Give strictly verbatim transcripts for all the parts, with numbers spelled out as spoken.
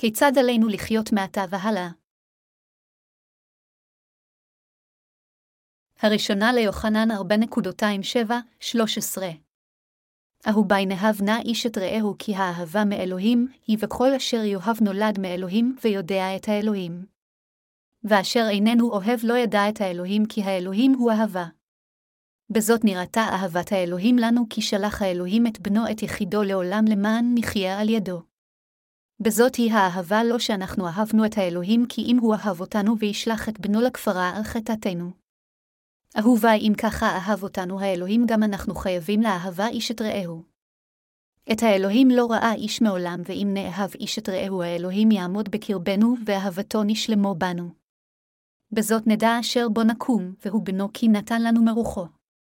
כיצד עלינו לחיות מעתה והלאה? הראשונה ליוחנן ארבע שבע שלוש עשרה. אהובי נאהב נא איש את רעהו, כי האהבה מאלוהים היא, וכל אשר יאהב נולד מאלוהים ויודע את האלוהים. ואשר איננו אוהב לא ידע את האלוהים, כי האלוהים הוא אהבה. בזאת נראתה אהבת האלוהים לנו, כי שלח האלוהים את בנו את יחידו לעולם למען נחיה על ידו. בזאת היא האהבה, לא שאנחנו אהבנו את האלוהים, כי אם הוא אהב אותנו וישלח את בנו לכפרה על חטאתנו. אהובי, אם ככה אהב אותנו האלוהים, גם אנחנו חייבים לאהבה איש את רעהו. את האלוהים לא ראה איש מעולם, ואם נאהב איש את רעהו האלוהים יעמוד בקרבנו, ואהבתו נשלמו בנו. בזאת נדע אשר בו נקום, והוא בנו כי נתן לנו מרוחו.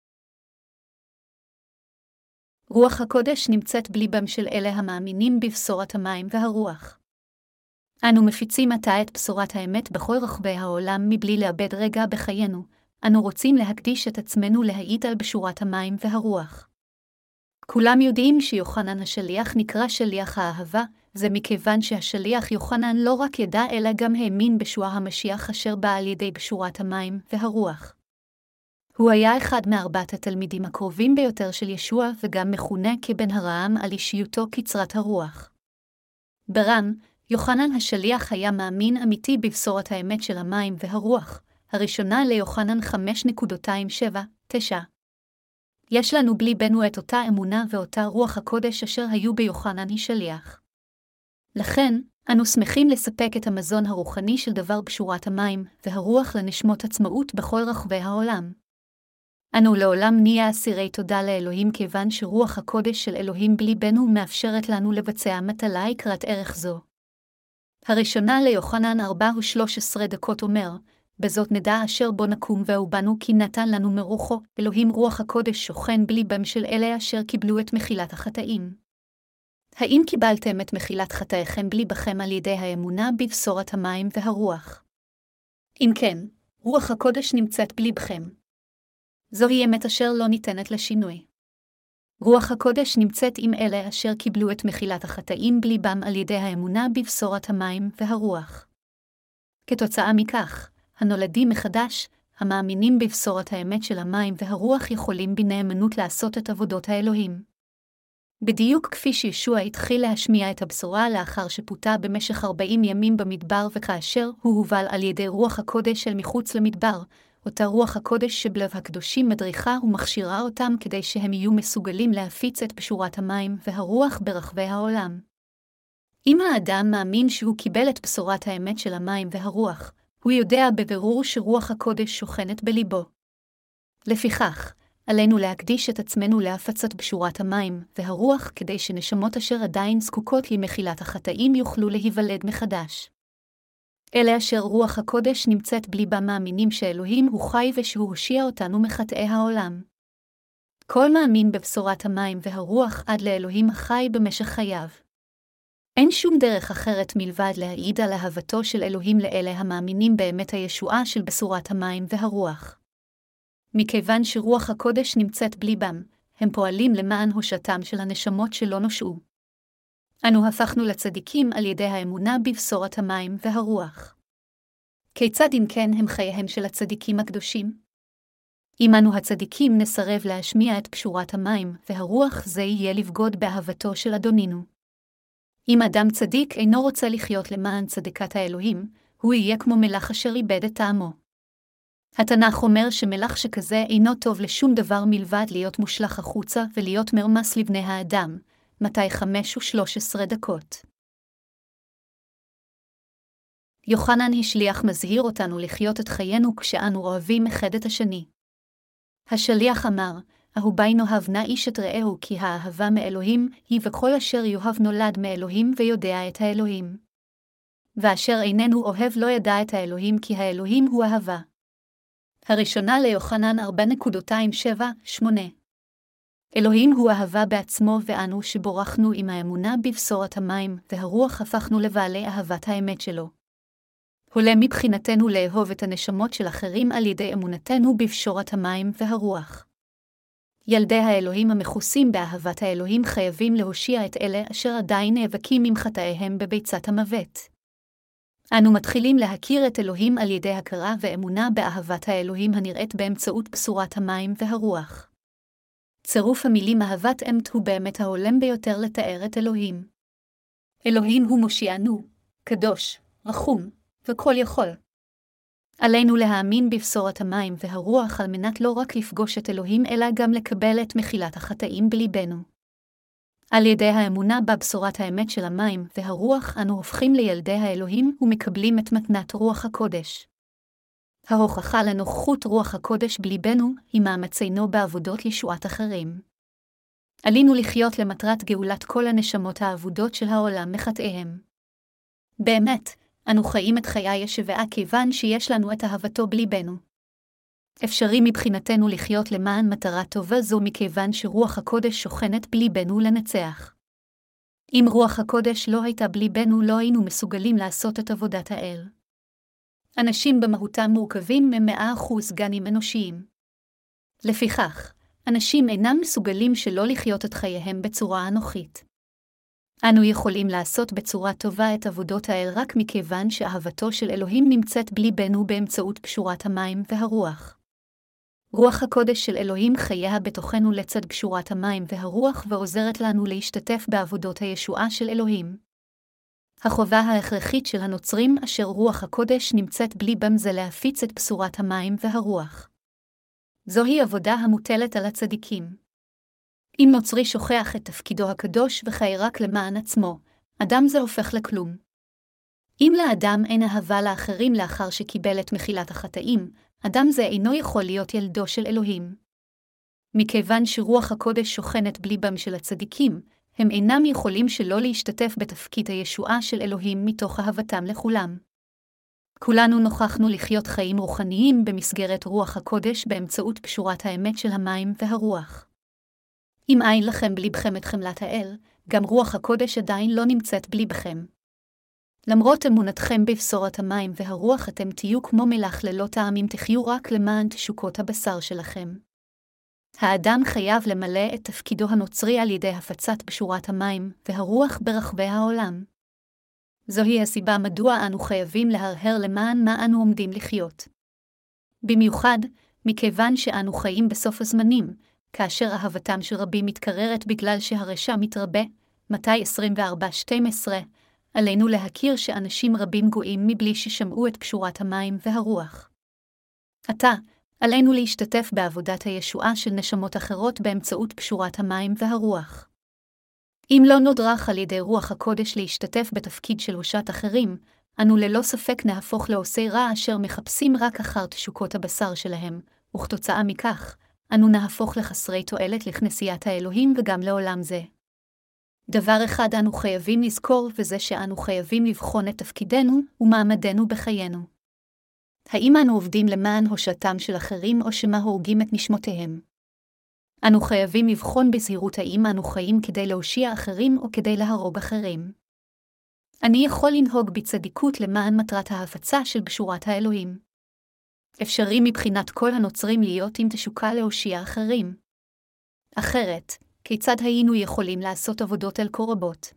רוח הקודש נמצאת בליבם של אלה המאמינים בבשורת המים והרוח. אנו מפיצים עתה את בשורת האמת בכל רחבי העולם מבלי לאבד רגע בחיינו. אנו רוצים להקדיש את עצמנו להעיד על בשורת המים והרוח. כולם יודעים שיוחנן השליח נקרא שליח האהבה, זה מכיוון שהשליח יוחנן לא רק ידע אלא גם האמין בישוע המשיח אשר בא על ידי בשורת המים והרוח. הוא היה אחד מארבעת התלמידים הקרובים ביותר של ישוע וגם מכונה כבן הרעם על אישיותו קצרת הרוח. ברם, יוחנן השליח היה מאמין אמיתי בבשורת האמת של המים והרוח. הראשונה ליוחנן חמש שבע תשע. יש לנו בליבנו את אותה אמונה ואותה רוח הקודש אשר היו ביוחנן השליח. לכן, אנו שמחים לספק את המזון הרוחני של דבר בשורת המים והרוח לנשמות עצמאות בכל רחבי העולם. אנו לעולם נהיה אסירי תודה לאלוהים, כיוון שרוח הקודש של אלוהים בליבנו מאפשרת לנו לבצע מטלה יקרת ערך זו. הראשונה ליוחנן ארבע ושלוש עשרה דקות אומר, בזאת נדע אשר בו נקום והוא בנו, כי נתן לנו מרוחו. אלוהים רוח הקודש שוכן בליבם של אלה אשר קיבלו את מחילת החטאים. האם קיבלתם את מחילת חטאיכם בליבכם על ידי האמונה בבשורת המים והרוח? אם כן, רוח הקודש נמצאת בליבכם. זוהי אמת אשר לא ניתנת לשינוי. רוח הקודש נמצאת עם אלה אשר קיבלו את מחילת החטאים בליבם על ידי האמונה בבשורת המים והרוח. כתוצאה מכך, הנולדים מחדש, המאמינים בבשורת האמת של המים והרוח יכולים בנאמנות לעשות את עבודות האלוהים. בדיוק כפי שישוע התחיל להשמיע את הבשורה לאחר שפוטה במשך ארבעים ימים במדבר, וכאשר הוא הובל על ידי רוח הקודש אל מחוץ למדבר, אותה רוח הקודש שבלב הקדושים מדריכה ומכשירה אותם כדי שהם יהיו מסוגלים להפיץ את בשורת המים והרוח ברחבי העולם. אם האדם מאמין שהוא קיבל את בשורת האמת של המים והרוח, הוא יודע בבירור שרוח הקודש שוכנת בליבו. לפיכך, עלינו להקדיש את עצמנו להפצת בשורת המים והרוח כדי שנשמות אשר עדיין זקוקות למחילת החטאים יוכלו להיוולד מחדש. אלה אשר רוח הקודש נמצאת בליבם מאמינים שאלוהים הוא חי ושהוא הושיע אותנו מחטאי העולם. כל מאמין בבשורת המים והרוח עד לאלוהים החי במשך חייו. אין שום דרך אחרת מלבד להעיד על אהבתו של אלוהים לאלה המאמינים באמת הישועה של בשורת המים והרוח. מכיוון שרוח הקודש נמצאת בליבם, הם פועלים למען הושעתם של הנשמות שלא נושעו. אנו הפכנו לצדיקים על ידי האמונה בבשורת המים והרוח. כיצד אם כן הם חייהם של הצדיקים הקדושים? אם אנו הצדיקים נסרב להשמיע את בשורת המים והרוח, זה יהיה לבגוד באהבתו של אדונינו. אם אדם צדיק אינו רוצה לחיות למען צדקת האלוהים, הוא יהיה כמו מלח אשר איבד את טעמו. התנ"ך אומר שמלח שכזה אינו טוב לשום דבר מלבד להיות מושלך החוצה ולהיות מרמס לבני האדם. מתי חמש ושלוש עשרה דקות. יוחנן השליח מזהיר אותנו לחיות את חיינו כשאנו אוהבים אחד את השני. השליח אמר, אהובי נאהב נא איש את רעהו, כי האהבה מאלוהים היא, וכל אשר יאהב נולד מאלוהים ויודע את האלוהים. ואשר איננו אוהב לא ידע את האלוהים, כי האלוהים הוא אהבה. הראשונה ליוחנן ארבע שבע שמונה. אלוהים הוא אהבה בעצמו, ואנו שבורחנו עם האמונה בבשורת המים והרוח הפכנו לבעלי אהבת האמת שלו. הולם מבחינתנו לאהוב את הנשמות של אחרים על ידי אמונתנו בבשורת המים והרוח. ילדי האלוהים המכוסים באהבת האלוהים חייבים להושיע את אלה אשר עדיין נאבקים עם חטאיהם בביצת המוות. אנו מתחילים להכיר את אלוהים על ידי הכרה ואמונה באהבת האלוהים הנראית באמצעות בשורת המים והרוח. צירוף המילים אהבת אמת הוא באמת ההולם ביותר לתאר את אלוהים. אלוהים הוא מושיענו, קדוש, רחום, וכל יכול. עלינו להאמין בבשורת המים והרוח על מנת לא רק לפגוש את אלוהים אלא גם לקבל את מחילת החטאים בליבנו. על ידי האמונה בבשורת האמת של המים והרוח אנו הופכים לילדי האלוהים ומקבלים את מתנת רוח הקודש. ההוכחה לנוכחות רוח הקודש בליבנו היא מאמצינו בעבודות ישועת אחרים. עלינו לחיות למטרת גאולת כל הנשמות האבודות של העולם מחטאיהם. באמת, אנו חיים את חיי השבעה כיוון שיש לנו את אהבתו בליבנו. אפשרי מבחינתנו לחיות למען מטרה טובה זו מכיוון שרוח הקודש שוכנת בליבנו לנצח. אם רוח הקודש לא הייתה בליבנו לא היינו מסוגלים לעשות את עבודת האל. אנשים במהותם מורכבים ממאה אחוז גנים אנושיים. לפיכך, אנשים אינם מסוגלים שלא לחיות את חייהם בצורה אנוכית. אנו יכולים לעשות בצורה טובה את עבודות האל רק מכיוון שאהבתו של אלוהים נמצאת בליבנו באמצעות קשורת המים והרוח. רוח הקודש של אלוהים חיה בתוכנו לצד קשורת המים והרוח ועוזרת לנו להשתתף בעבודות הישועה של אלוהים. החובה ההכרחית של הנוצרים אשר רוח הקודש נמצאת בליבם זה להפיץ את בשורת המים והרוח. זוהי עבודה המוטלת על הצדיקים. אם נוצרי שוכח את תפקידו הקדוש וחי רק למען עצמו, אדם זה הופך לכלום. אם לאדם אין אהבה לאחרים לאחר שקיבל את מחילת החטאים, אדם זה אינו יכול להיות ילדו של אלוהים. מכיוון שרוח הקודש שוכנת בליבם של הצדיקים, הם אינם יכולים שלא להשתתף בתפקיד הישועה של אלוהים מתוך אהבתם לכולם. כולנו נוכחנו לחיות חיים רוחניים במסגרת רוח הקודש באמצעות קשורת האמת של המים והרוח. אם אין לכם בליבכם את חמלת האל, גם רוח הקודש עדיין לא נמצאת בליבכם. למרות אמונתכם בבשורת המים והרוח אתם תהיו כמו מלח ללא טעם אם תחיו רק למען תשוקות הבשר שלכם. האדם חייב למלא את תפקידו הנוצרי על ידי הפצת בשורת המים והרוח ברחבי העולם. זוהי הסיבה מדוע אנו חייבים להרהר למען מה אנו עומדים לחיות. במיוחד, מכיוון שאנו חיים בסוף הזמנים, כאשר אהבתם של רבים מתקררת בגלל שהרשע מתרבה, מתי עשרים וארבע שתים עשרה, עלינו להכיר שאנשים רבים גויים מבלי ששמעו את קשורת המים והרוח. עתה, עלינו להשתתף בעבודת הישועה של נשמות אחרות באמצעות קשורת המים והרוח. אם לא נודרך על ידי רוח הקודש להשתתף בתפקיד של הושעת אחרים, אנו ללא ספק נהפוך לעושי רע אשר מחפשים רק אחר תשוקות הבשר שלהם, וכתוצאה מכך, אנו נהפוך לחסרי תועלת לכנסיית האלוהים וגם לעולם זה. דבר אחד אנו חייבים לזכור וזה שאנו חייבים לבחון את תפקידנו ומעמדנו בחיינו. האם אנו עובדים למען הושעתם של אחרים או שמה הורגים את נשמותיהם? אנו חייבים לבחון בזהירות האם אנו חיים כדי להושיע אחרים או כדי להרוג אחרים. אני יכול לנהוג בצדיקות למען מטרת ההפצה של בשורת האלוהים. אפשרי מבחינת כל הנוצרים להיות עם תשוקה להושיע אחרים. אחרת, כיצד היינו יכולים לעשות עבודות אל כה רבות?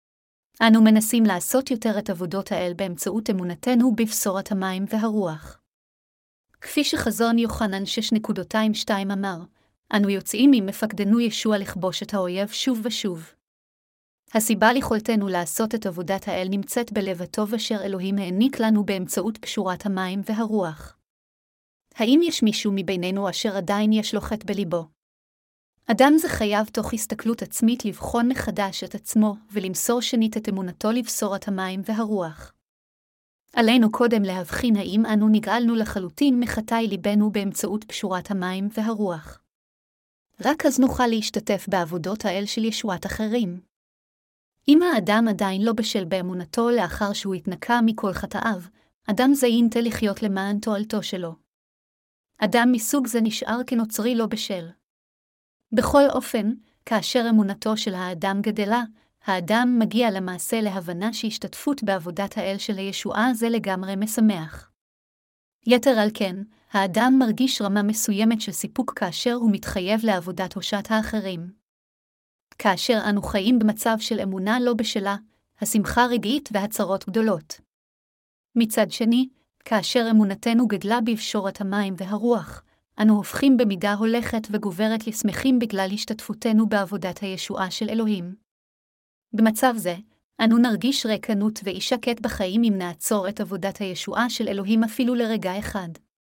אנו מנסים לעשות יותר את עבודות האל באמצעות אמונתנו בבשורת המים והרוח. כפי שחזון יוחנן שש נקודה שתיים אמר, אנו יוצאים עם מפקדנו ישוע לכבוש את האויב שוב ושוב. הסיבה ליכולתנו לעשות את עבודת האל נמצאת בלב הטוב אשר אלוהים העניק לנו באמצעות קשורת המים והרוח. האם יש מישהו מבינינו אשר עדיין יש לו חטא בליבו? אדם זה חייב תוך הסתכלות עצמית לבחון מחדש את עצמו ולמסור שנית את אמונתו לבשורת המים והרוח. עלינו קודם להבחין האם אנו נגאלנו לחלוטין מחטאי ליבנו באמצעות קשורת המים והרוח. רק אז נוכל להשתתף בעבודות האל של ישועת אחרים. אם האדם עדיין לא בשל באמונתו לאחר שהוא התנקה מכל חטאיו, אדם זה ינטה לחיות למען תועלתו שלו. אדם מסוג זה נשאר כנוצרי לא בשל. בכל אופן, כאשר אמונתו של האדם גדלה, האדם מגיע למעשה להבנה שהשתתפות בעבודת האל של הישועה זה לגמרי משמח. יתר על כן, האדם מרגיש רמה מסוימת של סיפוק כאשר הוא מתחייב לעבודת הושעת האחרים. כאשר אנו חיים במצב של אמונה לא בשלה, השמחה רגעית והצרות גדולות. מצד שני, כאשר אמונתנו גדלה בפשורת המים והרוח, אנו הופכים במידה הולכת וגוברת לשמחים בגלל השתתפותנו בעבודת הישועה של אלוהים. במצב זה, אנו נרגיש ריקנות ואי שקט בחיים אם נעצור את עבודת הישועה של אלוהים אפילו לרגע אחד.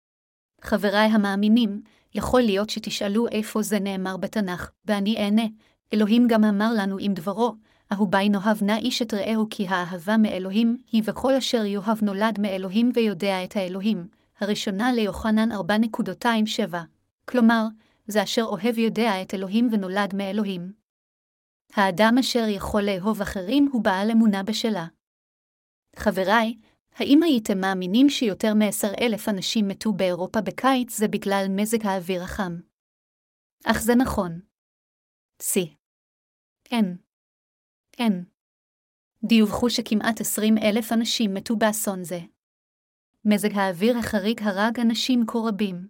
חבריי המאמינים, יכול להיות שתשאלו איפה זה נאמר בתנ"ך, ואני אענה, אלוהים גם אמר לנו עם דברו, אהובי נאהב נא איש את רעהו כי האהבה מאלוהים היא וכל אשר יאהב נולד מאלוהים ויודע את האלוהים. הראשונה ליוחנן ארבע שבע, כלומר, זה אשר אוהב יודע את אלוהים ונולד מאלוהים. האדם אשר יכול לאהוב אחרים הוא בעל אמונה בשלה. חבריי, האם הייתם מאמינים שיותר מעשר אלף אנשים מתו באירופה בקיץ זה בגלל מזג האוויר החם? אך זה נכון. סי. אין. אין. דיווחו שכמעט עשרים אלף אנשים מתו באסון זה. מזג האוויר החריג הרג אנשים כה רבים.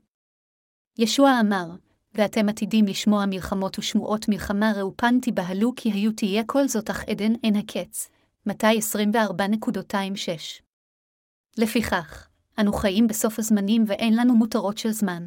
ישוע אמר, ואתם עתידים לשמוע מלחמות ושמועות מלחמה ראו פן תבהלו כי היו תהיה כל זאת אך עדן אין הקץ. מתי עשרים וארבע שש. לפיכך, אנו חיים בסוף הזמנים ואין לנו מותרות של זמן.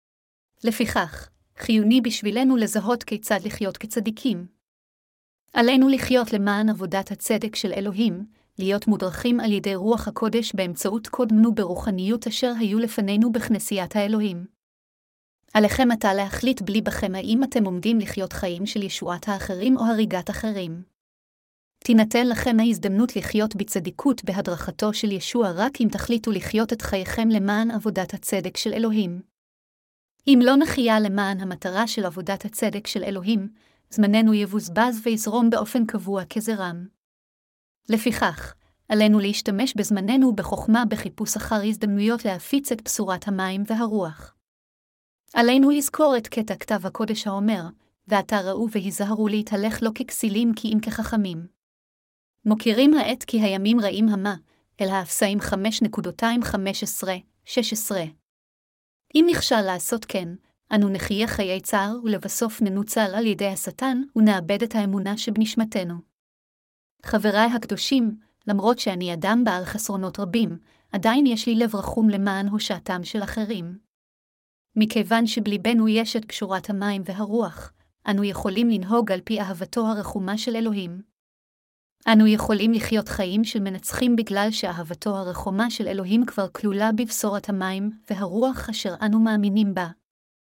לפיכך, חיוני בשבילנו לזהות כיצד לחיות כצדיקים. עלינו לחיות למען עבודת הצדק של אלוהים, להיות מודרכים על ידי רוח הקודש באמצעות קודמנו ברוחניות אשר היו לפנינו בכנסיית האלוהים. עליכם עתה להחליט בלי בכם האם אתם עומדים לחיות חיים של ישועת האחרים או הריגת אחרים. תינתן לכם ההזדמנות לחיות בצדיקות בהדרכתו של ישוע רק אם תחליטו לחיות את חייכם למען עבודת הצדק של אלוהים. אם לא נחיה למען המטרה של עבודת הצדק של אלוהים, זמננו יבוזבז ויזרום באופן קבוע כזרם. לפיכך, עלינו להשתמש בזמננו בחוכמה בחיפוש אחר הזדמנויות להפיץ את בשורת המים והרוח. עלינו לזכור את קטע כתב הקודש האומר, ועתה ראו והיזהרו להתהלך לא ככסילים כי אם כחכמים. מוכירים העת כי הימים רעים המה, אל האפסאים חמש חמש עשרה שש עשרה. אם נכשל לעשות כן, אנו נחיה חיי צער ולבסוף ננוצל על ידי השטן ונאבד את האמונה שבנשמתנו. חבריי הקדושים, למרות שאני אדם בעל חסרונות רבים, עדיין יש לי לב רחום למען הושעתם של אחרים. מכיוון שבליבנו יש את קשורת המים והרוח, אנו יכולים לנהוג על פי אהבתו הרחומה של אלוהים. אנו יכולים לחיות חיים של מנצחים בגלל שאהבתו הרחומה של אלוהים כבר כלולה בבשורת המים והרוח אשר אנו מאמינים בה.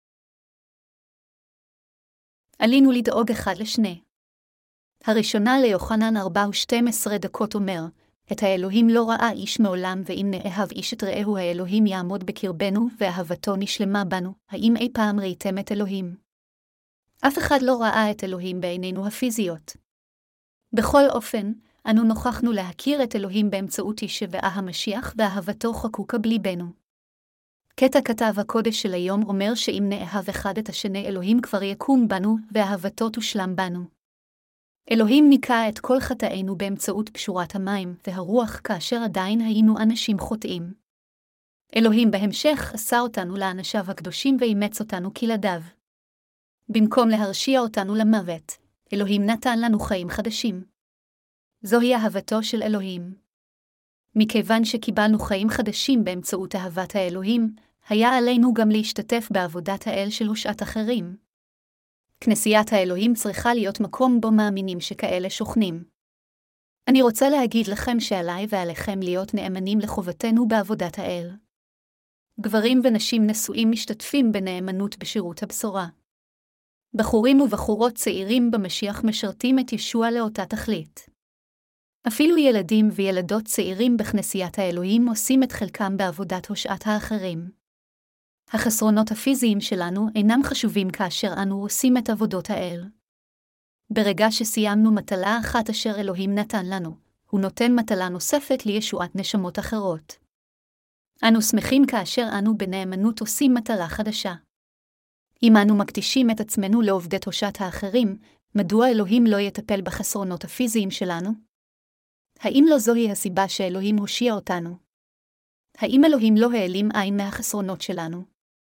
עלינו לדאוג אחד לשני. הראשונה ליוחנן ארבע ושתים עשרה דקות אומר, את האלוהים לא ראה איש מעולם ואם נאהב איש את רעהו האלוהים יעמוד בקרבנו ואהבתו נשלמה בנו. האם אי פעם ראיתם את אלוהים? אף אחד לא ראה את אלוהים בעינינו הפיזיות. בכל אופן, אנו נוכחנו להכיר את אלוהים באמצעות ישוע המשיח ואהבתו חקוקה בליבנו. קטע כתב הקודש של היום אומר שאם נאהב אחד את השני אלוהים כבר יקום בנו ואהבתו תושלם בנו. אלוהים ניקה את כל חטאינו באמצעות קשורת המים והרוח כאשר עדיין היינו אנשים חוטאים. אלוהים בהמשך עשה אותנו לאנשיו הקדושים ואימץ אותנו כילדיו. במקום להרשיע אותנו למוות, אלוהים נתן לנו חיים חדשים. זוהי אהבתו של אלוהים. מכיוון שקיבלנו חיים חדשים באמצעות אהבת האלוהים, היה עלינו גם להשתתף בעבודת האל של הושעת אחרים. כנסיית האלוהים צריכה להיות מקום בו מאמינים שכאלה שוכנים. אני רוצה להגיד לכם שעליי ועליכם להיות נאמנים לחובתנו בעבודת האל. גברים ונשים נשואים משתתפים בנאמנות בשירות הבשורה. בחורים ובחורות צעירים במשיח משרתים את ישוע לאותה תכלית. אפילו ילדים וילדות צעירים בכנסיית האלוהים עושים את חלקם בעבודת הושעת האחרים. החסרונות הפיזיים שלנו אינם חשובים כאשר אנו עושים את עבודות האל. ברגע שסיימנו מטלה אחת אשר אלוהים נתן לנו, הוא נותן מטלה נוספת לישועת נשמות אחרות. אנו שמחים כאשר אנו בנאמנות עושים מטלה חדשה. אם אנו מקדישים את עצמנו לעובדת הושעת האחרים, מדוע אלוהים לא יטפל בחסרונות הפיזיים שלנו? האם לא זוהי הסיבה שאלוהים הושיע אותנו? האם אלוהים לא העלים עין מהחסרונות שלנו?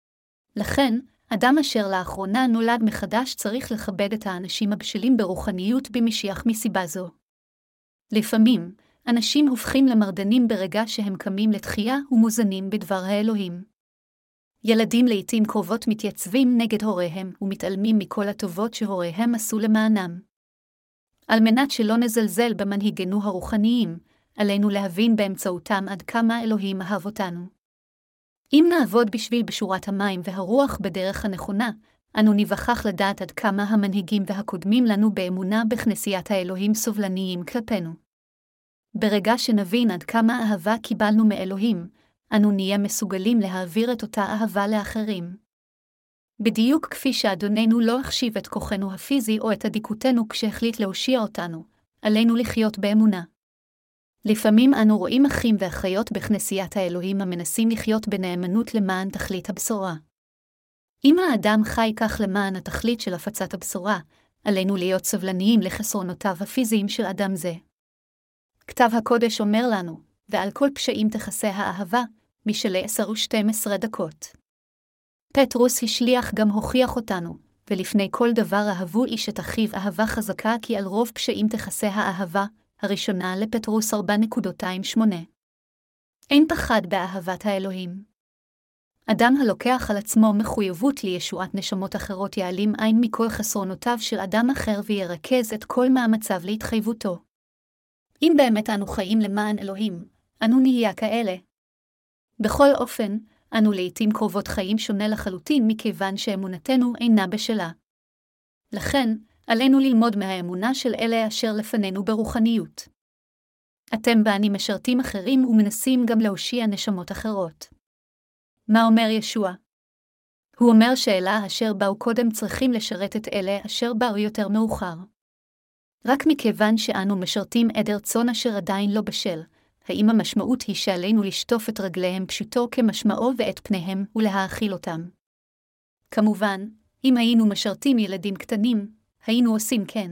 לכן, אדם אשר לאחרונה נולד מחדש צריך לכבד את האנשים הבשלים ברוחניות במשיח מסיבה זו. לפעמים, אנשים הופכים למרדנים ברגע שהם קמים לתחייה ומוזנים בדבר האלוהים. ילדים לעתים קרובות מתייצבים נגד הוריהם ומתעלמים מכל הטובות שהוריהם עשו למענם. על מנת שלא נזלזל במנהיגנו הרוחניים, עלינו להבין באמצעותם עד כמה אלוהים אהב אותנו. אם נעבוד בשביל בשורת המים והרוח בדרך הנכונה, אנו נבחח לדעת עד כמה המנהיגים והקודמים לנו באמונה בכנסיית האלוהים סובלניים כלפינו. ברגע שנבין עד כמה אהבה קיבלנו מאלוהים, אנו נהיה מסוגלים להעביר את אותה אהבה לאחרים. בדיוק כפי שאדוננו לא החשיב את כוחנו הפיזי או את אדיקותנו כשהחליט להושיע אותנו, עלינו לחיות באמונה. לפעמים אנו רואים אחים ואחיות בכנסיית האלוהים המנסים לחיות בנאמנות למען תכלית הבשורה. אם האדם חי כך למען התכלית של הפצת הבשורה, עלינו להיות סבלניים לחסרונותיו הפיזיים של אדם זה. כתב הקודש אומר לנו, ועל כל פשעים תכסה האהבה, משלי עשר ושתים עשרה דקות. פטרוס השליח גם הוכיח אותנו, ולפני כל דבר אהבו איש את אחיו אהבה חזקה כי על רוב פשעים תכסה האהבה, הראשונה לפטרוס ארבע שמונה. אין פחד באהבת האלוהים. אדם הלוקח על עצמו מחויבות לישועת נשמות אחרות יעלים עין מכל חסרונותיו של אדם אחר וירכז את כל מאמציו להתחייבותו. אם באמת אנו חיים למען אלוהים, אנו נהיה כאלה. בכל אופן, אנו לעתים קרובות חיים שונה לחלוטין מכיוון שאמונתנו אינה בשלה. לכן, עלינו ללמוד מהאמונה של אלה אשר לפנינו ברוחניות. אתם ואני משרתים אחרים ומנסים גם להושיע נשמות אחרות. מה אומר ישוע? הוא אומר שאלה אשר באו קודם צריכים לשרת את אלה אשר באו יותר מאוחר. רק מכיוון שאנו משרתים עדר צאן אשר עדיין לא בשל, האם המשמעות היא שעלינו לשטוף את רגליהם פשוטו כמשמעו ואת פניהם ולהאכיל אותם? כמובן, אם היינו משרתים ילדים קטנים, היינו עושים כן.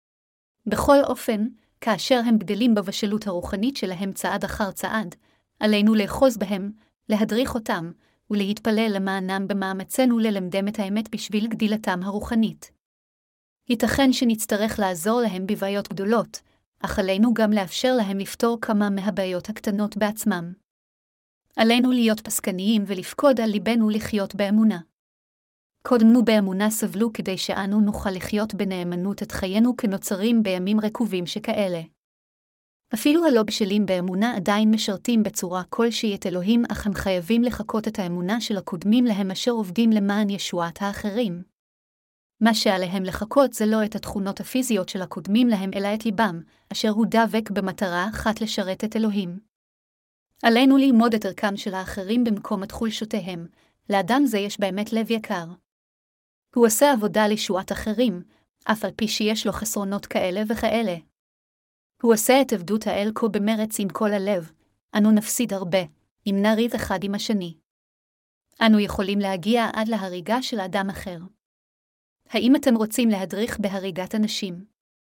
בכל אופן, כאשר הם גדלים בבשלות הרוחנית שלהם צעד אחר צעד, עלינו לאחוז בהם, להדריך אותם, ולהתפלל למענם במאמצנו ללמדם את האמת בשביל גדילתם הרוחנית. ייתכן שנצטרך לעזור להם בבעיות גדולות, אך עלינו גם לאפשר להם לפתור כמה מהבעיות הקטנות בעצמם. עלינו להיות פסקניים ולפקוד על ליבנו לחיות באמונה. קודמנו באמונה סבלו כדי שאנו נוכל לחיות בנאמנות את חיינו כנוצרים בימים רקובים שכאלה. אפילו הלא בשלים באמונה עדיין משרתים בצורה כלשהי את אלוהים, אך הם חייבים לחכות את האמונה של הקודמים להם אשר עובדים למען ישועת האחרים. מה שעליהם לחכות זה לא את התכונות הפיזיות של הקודמים להם, אלא את ליבם, אשר הוא דבק במטרה אחת לשרת את אלוהים. עלינו ללמוד את ערכם של האחרים במקום את חולשותיהם, לאדם זה יש באמת לב יקר. הוא עושה עבודה לישועת אחרים, אף על פי שיש לו חסרונות כאלה וכאלה. הוא עושה את עבדות האל כה במרץ עם כל הלב, אנו נפסיד הרבה, אם נריב אחד עם השני. אנו יכולים להגיע עד להריגה של אדם אחר. האם אתם רוצים להדריך בהריגת אנשים?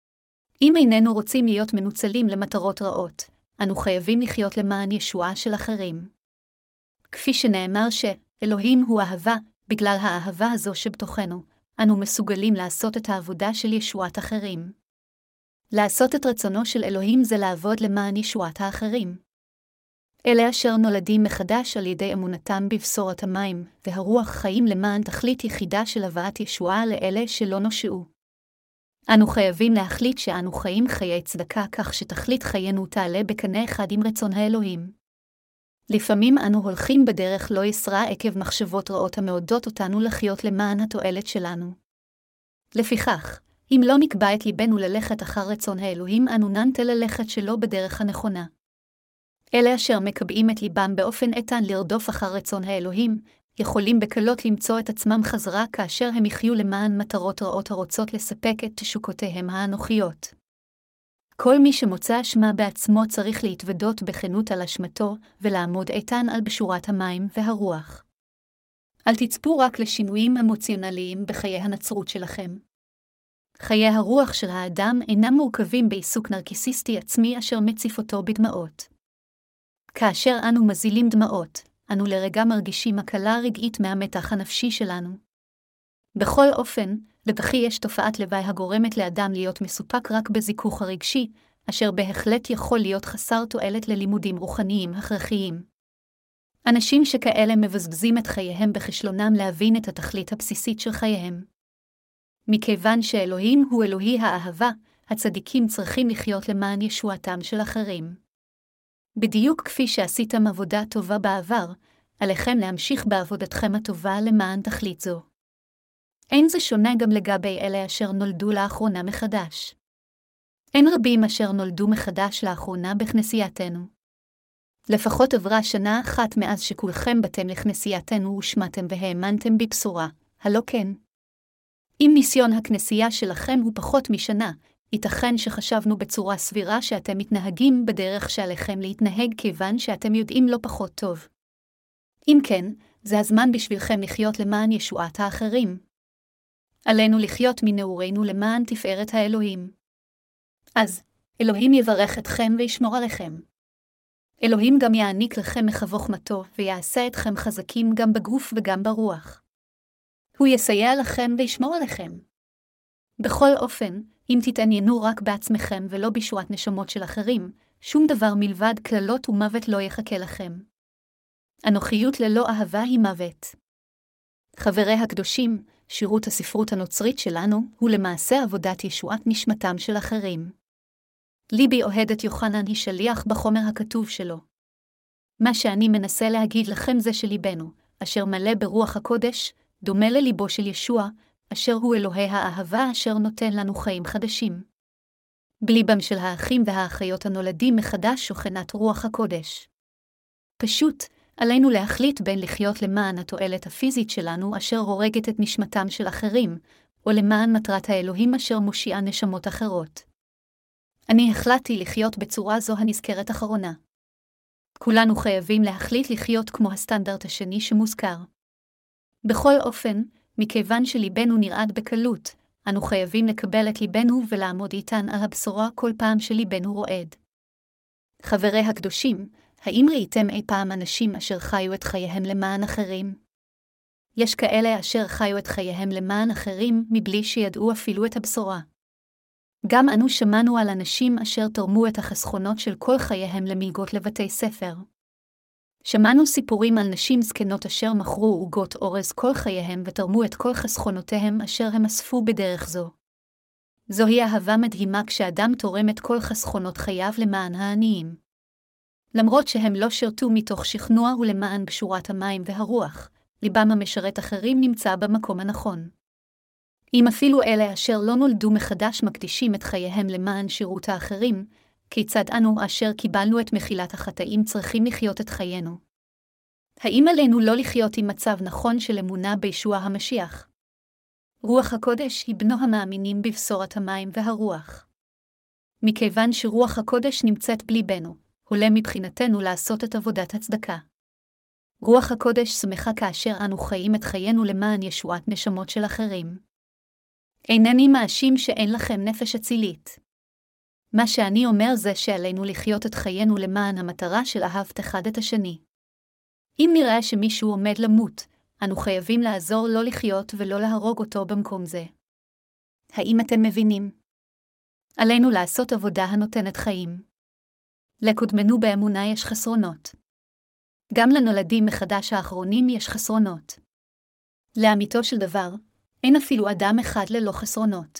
אם איננו רוצים להיות מנוצלים למטרות רעות, אנו חייבים לחיות למען ישועה של אחרים. כפי שנאמר שאלוהים הוא אהבה, בגלל האהבה הזו שבתוכנו, אנו מסוגלים לעשות את העבודה של ישועת אחרים. לעשות את רצונו של אלוהים זה לעבוד למען ישועת האחרים. אלה אשר נולדים מחדש על ידי אמונתם בבשורת המים והרוח חיים למען תכלית יחידה של הבאת ישועה לאלה שלא נושעו. אנו חייבים להחליט שאנו חיים חיי צדקה כך שתכלית חיינו תעלה בקנה אחד עם רצון האלוהים. לפעמים אנו הולכים בדרך לא ישרה עקב מחשבות רעות המעודדות אותנו לחיות למען התועלת שלנו. לפיכך, אם לא נקבע את ליבנו ללכת אחר רצון האלוהים, אנו ננטה ללכת שלא בדרך הנכונה. אלה אשר מקבעים את ליבם באופן איתן לרדוף אחר רצון האלוהים, יכולים בקלות למצוא את עצמם חזרה כאשר הם יחיו למען מטרות רעות הרוצות לספק את תשוקותיהם האנוכיות. כל מי שמוצא אשמה בעצמו צריך להתוודות בכנות על אשמתו ולעמוד איתן על בשורת המים והרוח. אל תצפו רק לשינויים אמוציונליים בחיי הנצרות שלכם. חיי הרוח של האדם אינם מורכבים בעיסוק נרקיסיסטי עצמי אשר מציף אותו בדמעות. כאשר אנו מזילים דמעות, אנו לרגע מרגישים הקלה רגעית מהמתח הנפשי שלנו. בכל אופן, לבכי יש תופעת לוואי הגורמת לאדם להיות מסופק רק בזיכוך הרגשי, אשר בהחלט יכול להיות חסר תועלת ללימודים רוחניים הכרחיים. אנשים שכאלה מבזבזים את חייהם בכישלונם להבין את התכלית הבסיסית של חייהם. מכיוון שאלוהים הוא אלוהי האהבה, הצדיקים צריכים לחיות למען ישועתם של אחרים. בדיוק כפי שעשיתם עבודה טובה בעבר, עליכם להמשיך בעבודתכם הטובה למען תכלית זו. אין זה שונה גם לגבי אלה אשר נולדו לאחרונה מחדש. אין רבים אשר נולדו מחדש לאחרונה בכנסייתנו. לפחות עברה שנה אחת מאז שכולכם באתם לכנסייתנו ושמעתם והאמנתם בבשורה, הלא כן? אם ניסיון הכנסייה שלכם הוא פחות משנה, ייתכן שחשבנו בצורה סבירה שאתם מתנהגים בדרך שעליכם להתנהג כיוון שאתם יודעים לא פחות טוב. אם כן, זה הזמן בשבילכם לחיות למען ישועת האחרים. עלינו לחיות מנעורינו למען תפארת האלוהים. אז, אלוהים יברך אתכם וישמור עליכם. אלוהים גם יעניק לכם מחוכמתו ויעשה אתכם חזקים גם בגוף וגם ברוח. הוא יסייע לכם וישמור עליכם. בכל אופן, אם תתעניינו רק בעצמכם ולא בישועת נשמות של אחרים, שום דבר מלבד כללות ומוות לא יחכה לכם. אנוכיות ללא אהבה היא מוות. חברי הקדושים, שירות הספרות הנוצרית שלנו הוא למעשה עבודת ישועת נשמתם של אחרים. ליבי אוהד את יוחנן היא שליח בחומר הכתוב שלו. מה שאני מנסה להגיד לכם זה שליבנו, אשר מלא ברוח הקודש, דומה לליבו של ישוע, אשר הוא אלוהי האהבה אשר נותן לנו חיים חדשים. בליבם של האחים והאחיות הנולדים מחדש שוכנת רוח הקודש. פשוט, עלינו להחליט בין לחיות למען התועלת הפיזית שלנו אשר הורגת את נשמתם של אחרים, או למען מטרת האלוהים אשר מושיעה נשמות אחרות. אני החלטתי לחיות בצורה זו הנזכרת אחרונה. כולנו חייבים להחליט לחיות כמו הסטנדרט השני שמוזכר. בכל אופן, מכיוון שליבנו נרעד בקלות, אנו חייבים לקבל את ליבנו ולעמוד איתן על הבשורה כל פעם שליבנו רועד. חברי הקדושים, האם ראיתם אי פעם אנשים אשר חיו את חייהם למען אחרים? יש כאלה אשר חיו את חייהם למען אחרים מבלי שידעו אפילו את הבשורה. גם אנו שמענו על אנשים אשר תרמו את החסכונות של כל חייהם למלגות לבתי ספר. שמענו סיפורים על נשים זקנות אשר מכרו עוגות אורז כל חייהם ותרמו את כל חסכונותיהם אשר הם אספו בדרך זו. זוהי אהבה מדהימה כשאדם תורם את כל חסכונות חייו למען העניים. למרות שהם לא שרתו מתוך שכנוע ולמען בשורת המים והרוח, ליבם המשרת אחרים נמצא במקום הנכון. אם אפילו אלה אשר לא נולדו מחדש מקדישים את חייהם למען שירות האחרים, כיצד אנו אשר קיבלנו את מחילת החטאים צריכים לחיות את חיינו? האם עלינו לא לחיות עם מצב נכון של אמונה בישוע המשיח? רוח הקודש היא בנו המאמינים בבשורת המים והרוח. מכיוון שרוח הקודש נמצאת בליבנו, הולם מבחינתנו לעשות את עבודת הצדקה. רוח הקודש שמחה כאשר אנו חיים את חיינו למען ישועת נשמות של אחרים. אינני מאשים שאין לכם נפש אצילית. מה שאני אומר זה שעלינו לחיות את חיינו למען המטרה של אהבת אחד את השני. אם נראה שמישהו עומד למות, אנו חייבים לעזור לו לחיות ולא להרוג אותו במקום זה. האם אתם מבינים? עלינו לעשות עבודה הנותנת חיים. לקודמנו באמונה יש חסרונות. גם לנולדים מחדש האחרונים יש חסרונות. לאמיתו של דבר, אין אפילו אדם אחד ללא חסרונות.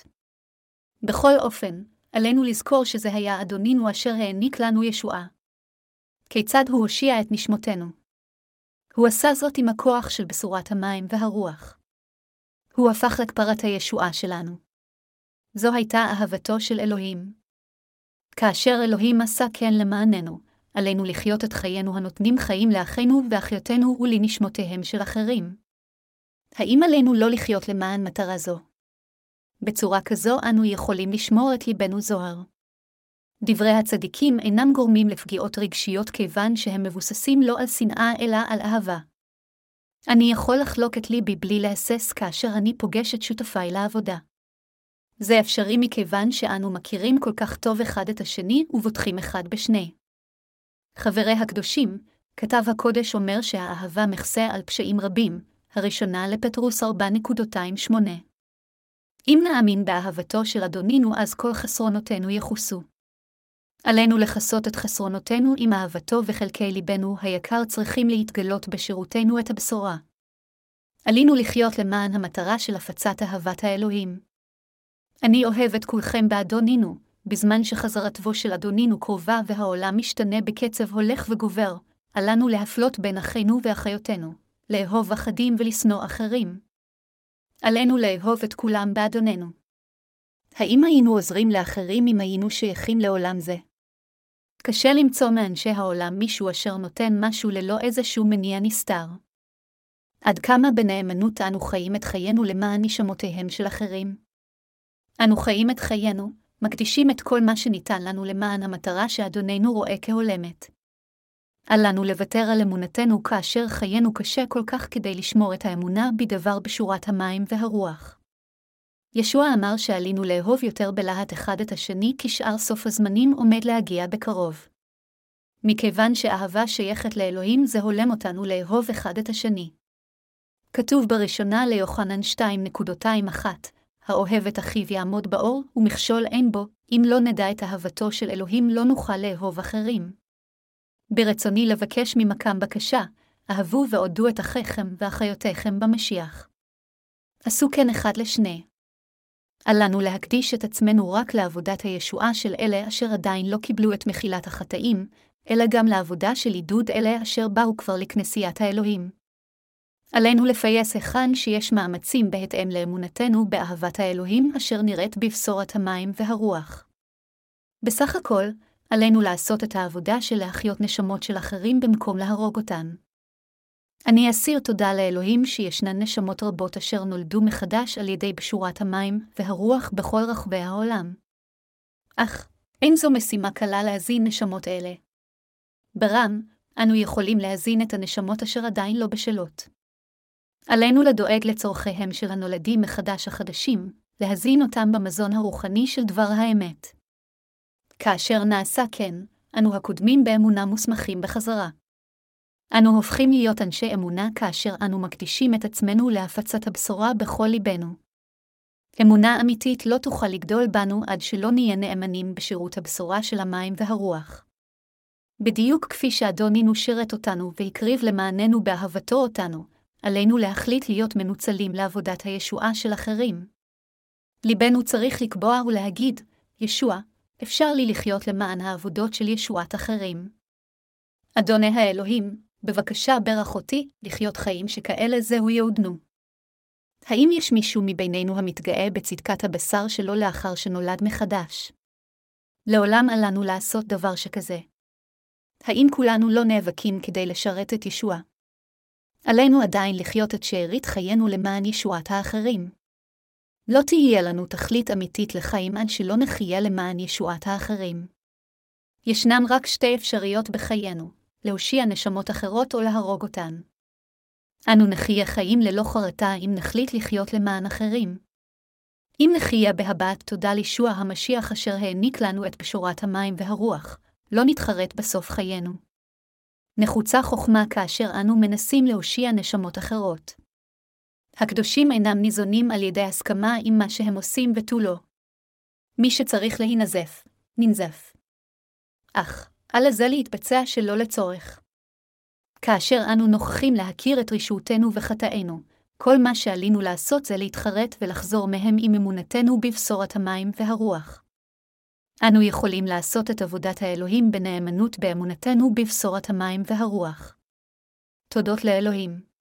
בכל אופן, עלינו לזכור שזה היה אדונינו אשר העניק לנו ישועה. כיצד הוא הושיע את נשמותינו? הוא עשה זאת עם הכוח של בשורת המים והרוח. הוא הפך לכפרת הישועה שלנו. זו הייתה אהבתו של אלוהים. כאשר אלוהים עשה כן למעננו, עלינו לחיות את חיינו הנותנים חיים לאחינו ואחיותינו ולנשמותיהם של אחרים. האם עלינו לא לחיות למען מטרה זו? בצורה כזו אנו יכולים לשמור את ליבנו זוהר. דברי הצדיקים אינם גורמים לפגיעות רגשיות כיוון שהם מבוססים לא על שנאה אלא על אהבה. אני יכול לחלוק את ליבי בלי להסס כאשר אני פוגש את שותפיי לעבודה. זה אפשרי מכיוון שאנו מכירים כל כך טוב אחד את השני ובוטחים אחד בשני. חברי הקדושים, כתב הקודש אומר שהאהבה מכסה על פשעים רבים, הראשונה לפטרוס ארבע שמונה. אם נאמין באהבתו של אדונינו, אז כל חסרונותינו יכוסו. עלינו לכסות את חסרונותינו עם אהבתו, וחלקי ליבנו היקר צריכים להתגלות בשירותנו את הבשורה. עלינו לחיות למען המטרה של הפצת אהבת האלוהים. אני אוהב את כולכם באדונינו, בזמן שחזרתו של אדונינו קרובה והעולם משתנה בקצב הולך וגובר, עלינו להפלות בין אחינו ואחיותינו, לאהוב אחדים ולשנוא אחרים. עלינו לאהוב את כולם באדוננו. האם היינו עוזרים לאחרים אם היינו שייכים לעולם זה? קשה למצוא מאנשי העולם מישהו אשר נותן משהו ללא איזשהו מניע נסתר. עד כמה בנאמנות אנו חיים את חיינו למען נשמותיהם של אחרים? אנו חיים את חיינו, מקדישים את כל מה שניתן לנו למען המטרה שאדוננו רואה כהולמת. אל לנו לוותר על אמונתנו כאשר חיינו קשה כל כך כדי לשמור את האמונה בדבר בשורת המים והרוח. ישוע אמר שעלינו לאהוב יותר בלהט אחד את השני, כי שאר סוף הזמנים עומד להגיע בקרוב. מכיוון שאהבה שייכת לאלוהים, זה הולם אותנו לאהוב אחד את השני. כתוב בראשונה ליוחנן שתיים אחת, האוהב את אחיו יעמוד באור, ומכשול אין בו, אם לא נדע את אהבתו של אלוהים לא נוכל לאהוב אחרים. ברצוני לבקש ממקם בקשה, אהבו ועודו את אחיכם ואחיותיכם במשיח. עשו כן אחד לשני. אל לנו להקדיש את עצמנו רק לעבודת הישועה של אלה אשר עדיין לא קיבלו את מחילת החטאים, אלא גם לעבודה של עידוד אלה אשר באו כבר לכנסיית האלוהים. עלינו לפייס היכן שיש מאמצים בהתאם לאמונתנו באהבת האלוהים אשר נראית בבשורת המים והרוח. בסך הכל, עלינו לעשות את העבודה של להחיות נשמות של אחרים במקום להרוג אותן. אני אסיר תודה לאלוהים שישנן נשמות רבות אשר נולדו מחדש על ידי בשורת המים והרוח בכל רחבי העולם. אך, אין זו משימה קלה להזין נשמות אלה. ברם, אנו יכולים להזין את הנשמות אשר עדיין לא בשלות. עלינו לדואג לצורכיהם של הנולדים מחדש החדשים, להזין אותם במזון הרוחני של דבר האמת. כאשר נעשה כן, אנו הקודמים באמונה מוסמכים בחזרה. אנו הופכים להיות אנשי אמונה כאשר אנו מקדישים את עצמנו להפצת הבשורה בכל ליבנו. אמונה אמיתית לא תוכל לגדול בנו עד שלא נהיה נאמנים בשירות הבשורה של המים והרוח. בדיוק כפי שאדונינו שירת אותנו והקריב למעננו באהבתו אותנו, עלינו להחליט להיות מנוצלים לעבודת הישועה של אחרים. ליבנו צריך לקבוע ולהגיד, ישוע, אפשר לי לחיות למען העבודות של ישועת אחרים. אדוני האלוהים, בבקשה ברך אותי לחיות חיים שכאלה זהו יעודנו. האם יש מישהו מבינינו המתגאה בצדקת הבשר שלו לאחר שנולד מחדש? לעולם עלינו לעשות דבר שכזה. האם כולנו לא נאבקים כדי לשרת את ישוע? עלינו עדיין לחיות את שארית חיינו למען ישועת האחרים. לא תהיה לנו תכלית אמיתית לחיים עד שלא נחיה למען ישועת האחרים. ישנם רק שתי אפשריות בחיינו, להושיע נשמות אחרות או להרוג אותן. אנו נחיה חיים ללא חרטה אם נחליט לחיות למען אחרים. אם נחיה בהבעת תודה לישוע המשיח אשר העניק לנו את בשורת המים והרוח, לא נתחרט בסוף חיינו. נחוצה חוכמה כאשר אנו מנסים להושיע נשמות אחרות. הקדושים אינם ניזונים על ידי הסכמה עם מה שהם עושים ותו לא. מי שצריך להינזף, ננזף. אך, על זה להתבצע שלא לצורך. כאשר אנו נוכחים להכיר את רשעותנו וחטאינו, כל מה שעלינו לעשות זה להתחרט ולחזור מהם עם אמונתנו בבשורת המים והרוח. אנו יכולים לעשות את עבודת האלוהים בנאמנות באמונתנו בבשורת המים והרוח. תודות לאלוהים.